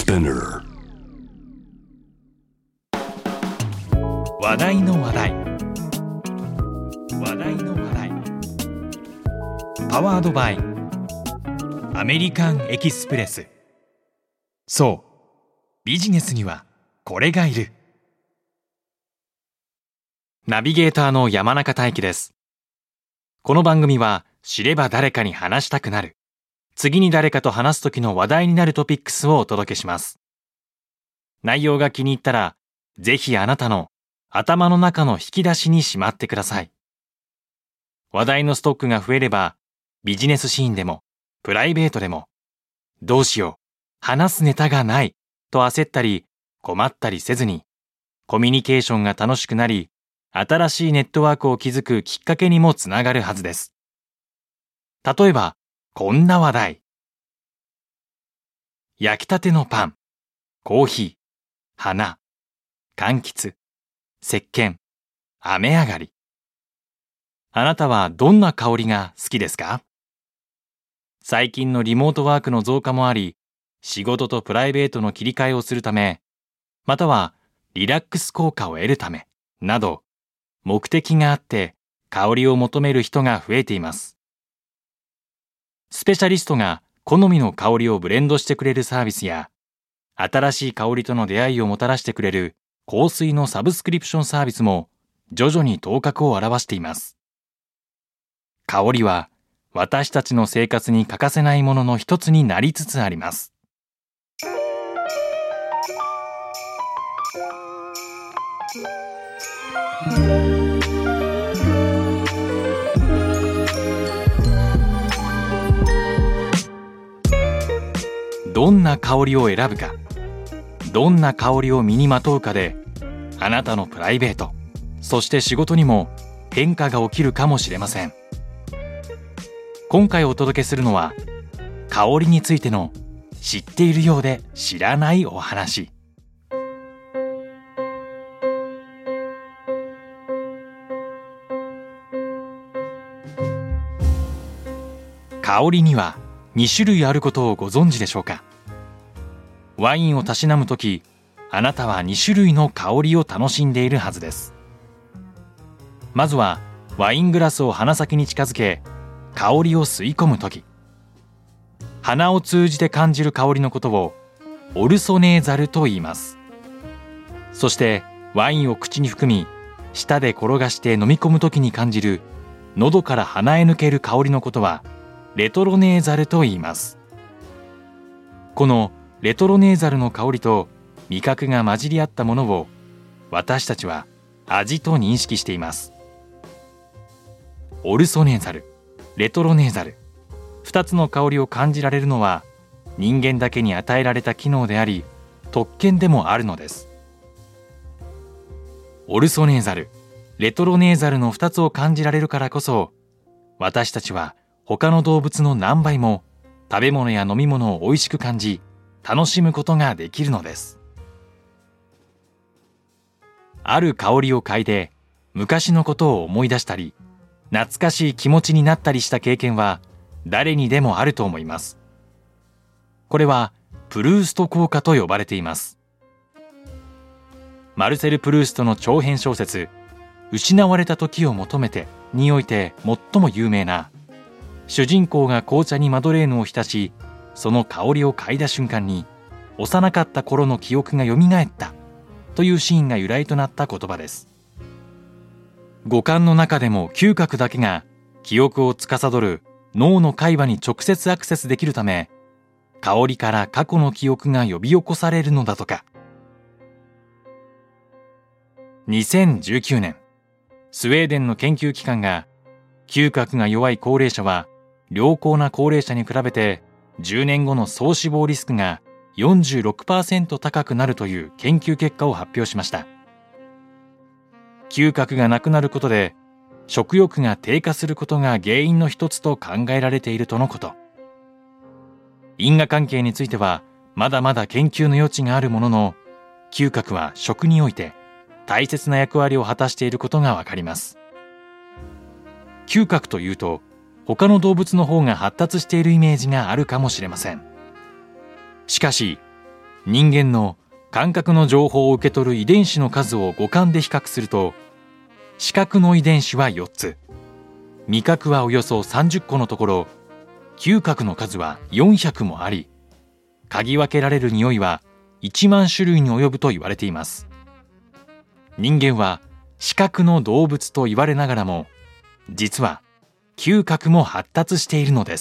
Spinner。 話題の話題、話題の話題。パワードバイアメリカンエキスプレス。そう、ビジネスにはこれがいる。ナビゲーターの山中大輝です。この番組は知れば誰かに話したくなる、次に誰かと話す時の話題になるトピックスをお届けします。内容が気に入ったら、ぜひあなたの頭の中の引き出しにしまってください。話題のストックが増えれば、ビジネスシーンでもプライベートでも、どうしよう、話すネタがないと焦ったり困ったりせずに、コミュニケーションが楽しくなり、新しいネットワークを築くきっかけにもつながるはずです。例えば、こんな話題。焼きたてのパン、コーヒー、花、柑橘、石鹸、雨上がり。あなたはどんな香りが好きですか？最近のリモートワークの増加もあり、仕事とプライベートの切り替えをするため、またはリラックス効果を得るため、など、目的があって香りを求める人が増えています。スペシャリストが好みの香りをブレンドしてくれるサービスや、新しい香りとの出会いをもたらしてくれる香水のサブスクリプションサービスも徐々に頭角を現しています。香りは私たちの生活に欠かせないものの一つになりつつあります。どんな香りを選ぶか、どんな香りを身にまとうかで、あなたのプライベート、そして仕事にも変化が起きるかもしれません。今回お届けするのは、香りについての知っているようで知らないお話。香りには2種類あることをご存知でしょうか？ワインをたしなむとき、あなたは2種類の香りを楽しんでいるはずです。まずはワイングラスを鼻先に近づけ、香りを吸い込むとき、鼻を通じて感じる香りのことをオルソネーザルと言います。そしてワインを口に含み、舌で転がして飲み込むときに感じる喉から鼻へ抜ける香りのことはレトロネーザルと言います。このレトロネーザルの香りと味覚が混じり合ったものを私たちは味と認識しています。オルソネーザル、レトロネーザル、2つの香りを感じられるのは人間だけに与えられた機能であり、特権でもあるのです。オルソネーザル、レトロネーザルの2つを感じられるからこそ、私たちは他の動物の何倍も食べ物や飲み物を美味しく感じ、楽しむことができるのです。ある香りを嗅いで昔のことを思い出したり、懐かしい気持ちになったりした経験は誰にでもあると思います。これはプルースト効果と呼ばれています。マルセル・プルーストの長編小説「失われた時を求めて」において最も有名な、主人公が紅茶にマドレーヌを浸し、その香りを嗅いだ瞬間に幼かった頃の記憶がよみがえったというシーンが由来となった言葉です。五感の中でも嗅覚だけが記憶を司る脳の海馬に直接アクセスできるため、香りから過去の記憶が呼び起こされるのだとか。2019年、スウェーデンの研究機関が、嗅覚が弱い高齢者は良好な高齢者に比べて10年後の総死亡リスクが 46% 高くなるという研究結果を発表しました。嗅覚がなくなることで食欲が低下することが原因の一つと考えられているとのこと。因果関係についてはまだまだ研究の余地があるものの、嗅覚は食において大切な役割を果たしていることがわかります。嗅覚というと他の動物の方が発達しているイメージがあるかもしれません。しかし人間の感覚の情報を受け取る遺伝子の数を五感で比較すると、視覚の遺伝子は4つ、味覚はおよそ30個のところ、嗅覚の数は400もあり、嗅ぎ分けられる匂いは1万種類に及ぶと言われています。人間は視覚の動物と言われながらも、実は嗅覚も発達しているのです。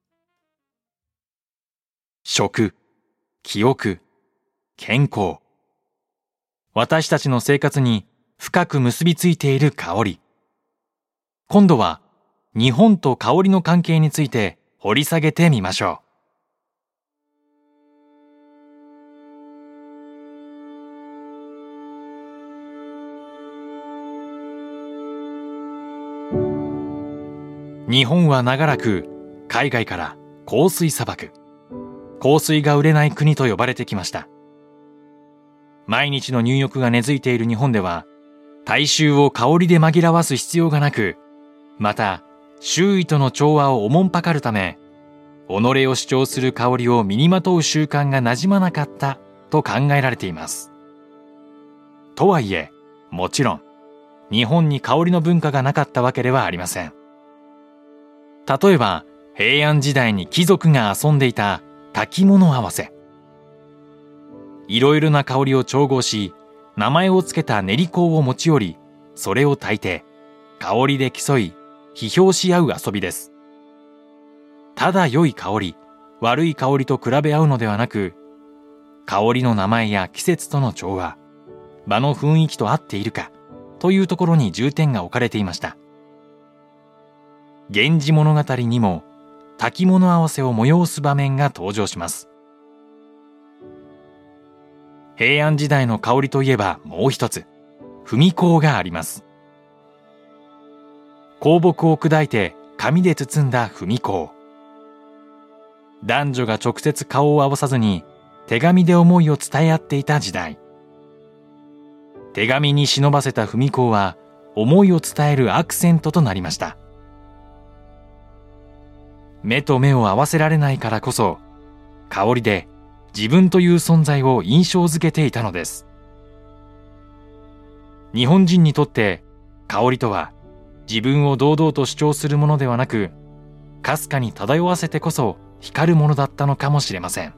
食、記憶、健康。私たちの生活に深く結びついている香り。今度は日本と香りの関係について掘り下げてみましょう。日本は長らく海外から香水砂漠、香水が売れない国と呼ばれてきました。毎日の入浴が根付いている日本では、体臭を香りで紛らわす必要がなく、また周囲との調和をおもんぱかるため、己を主張する香りを身にまとう習慣が馴染まなかったと考えられています。とはいえ、もちろん日本に香りの文化がなかったわけではありません。例えば平安時代に貴族が遊んでいた焚物合わせ。いろいろな香りを調合し、名前をつけた練り香を持ち寄り、それを焚いて香りで競い批評し合う遊びです。ただ良い香り、悪い香りと比べ合うのではなく、香りの名前や季節との調和、場の雰囲気と合っているかというところに重点が置かれていました。源氏物語にも焚物合わせを催す場面が登場します。平安時代の香りといえばもう一つ、文香があります。香木を砕いて紙で包んだ文香。男女が直接顔を合わさずに手紙で思いを伝え合っていた時代。手紙に忍ばせた文香は思いを伝えるアクセントとなりました。目と目を合わせられないからこそ、香りで自分という存在を印象づけていたのです。日本人にとって香りとは自分を堂々と主張するものではなく、かすかに漂わせてこそ光るものだったのかもしれません。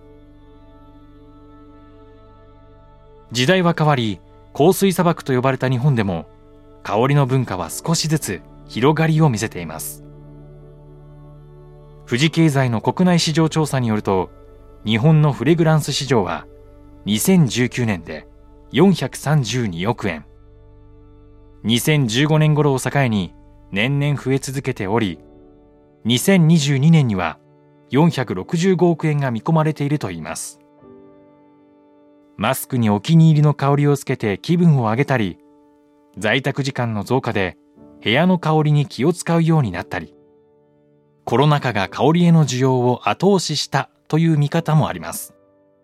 時代は変わり、香水砂漠と呼ばれた日本でも香りの文化は少しずつ広がりを見せています。富士経済の国内市場調査によると、日本のフレグランス市場は2019年で432億円。2015年頃を境に年々増え続けており、2022年には465億円が見込まれているといいます。マスクにお気に入りの香りをつけて気分を上げたり、在宅時間の増加で部屋の香りに気を使うようになったり、コロナ禍が香りへの需要を後押ししたという見方もあります。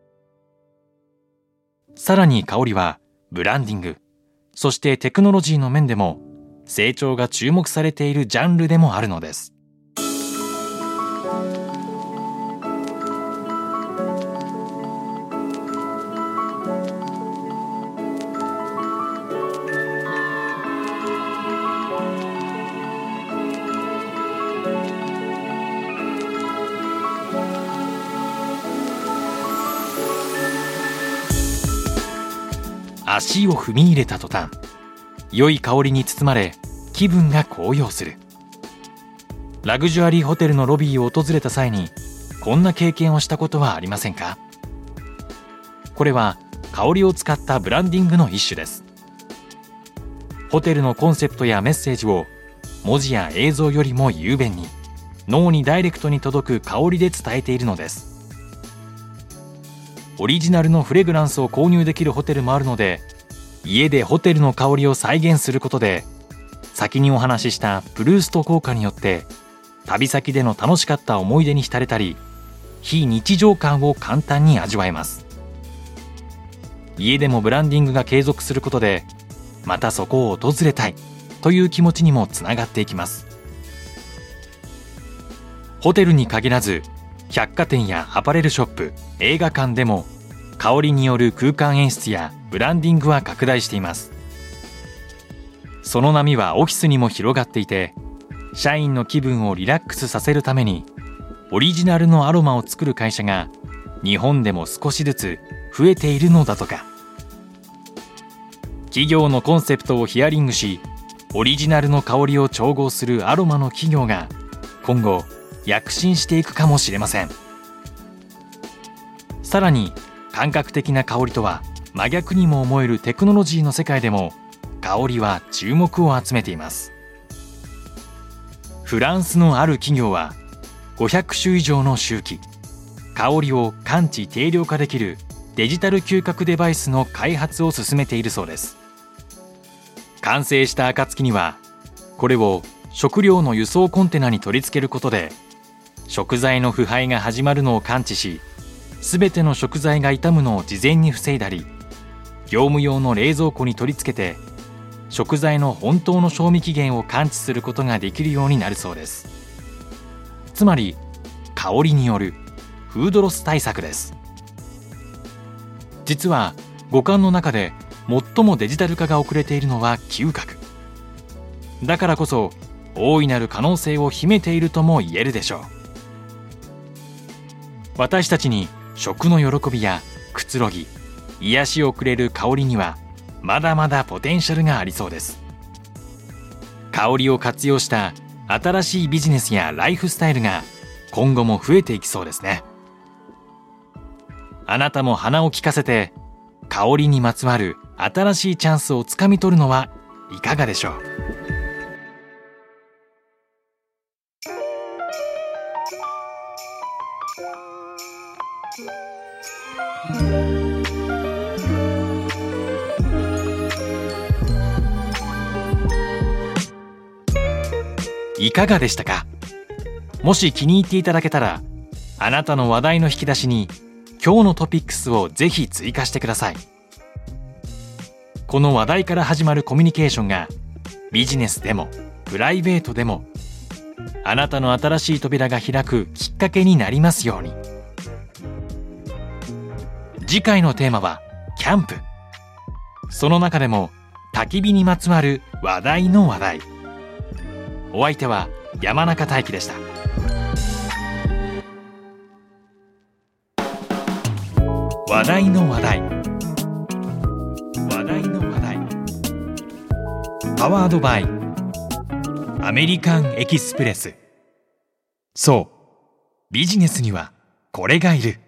さらに香りはブランディング、そしてテクノロジーの面でも成長が注目されているジャンルでもあるのです。足を踏み入れた途端、良い香りに包まれ気分が高揚する。ラグジュアリーホテルのロビーを訪れた際にこんな経験をしたことはありませんか？これは香りを使ったブランディングの一種です。ホテルのコンセプトやメッセージを文字や映像よりも雄弁に、脳にダイレクトに届く香りで伝えているのです。オリジナルのフレグランスを購入できるホテルもあるので、家でホテルの香りを再現することで、先にお話ししたプルースト効果によって旅先での楽しかった思い出に浸れたり、非日常感を簡単に味わえます。家でもブランディングが継続することで、またそこを訪れたいという気持ちにもつながっていきます。ホテルに限らず、百貨店やアパレルショップ、映画館でも香りによる空間演出やブランディングは拡大しています。その波はオフィスにも広がっていて、社員の気分をリラックスさせるためにオリジナルのアロマを作る会社が日本でも少しずつ増えているのだとか。企業のコンセプトをヒアリングし、オリジナルの香りを調合するアロマの企業が今後躍進していくかもしれません。さらに感覚的な香りとは真逆にも思えるテクノロジーの世界でも香りは注目を集めています。フランスのある企業は500種以上の周期、香りを感知定量化できるデジタル嗅覚デバイスの開発を進めているそうです。完成した暁にはこれを食料の輸送コンテナに取り付けることで食材の腐敗が始まるのを感知し、すべての食材が傷むのを事前に防いだり、業務用の冷蔵庫に取り付けて食材の本当の賞味期限を感知することができるようになるそうです。つまり香りによるフードロス対策です。実は五感の中で最もデジタル化が遅れているのは嗅覚だからこそ、大いなる可能性を秘めているとも言えるでしょう。私たちに食の喜びやくつろぎ、癒しをくれる香りにはまだまだポテンシャルがありそうです。香りを活用した新しいビジネスやライフスタイルが今後も増えていきそうですね。あなたも鼻を利かせて香りにまつわる新しいチャンスをつかみ取るのはいかがでしょう。いかがでしたか。もし気に入っていただけたら、あなたの話題の引き出しに今日のトピックスをぜひ追加してください。この話題から始まるコミュニケーションがビジネスでもプライベートでもあなたの新しい扉が開くきっかけになりますように。次回のテーマはキャンプ。その中でも焚き火にまつわる話題の話題。お相手は山中大輝でした。話題の話題、話題の話題。パワードバイアメリカンエキスプレス。そう、ビジネスにはこれがいる。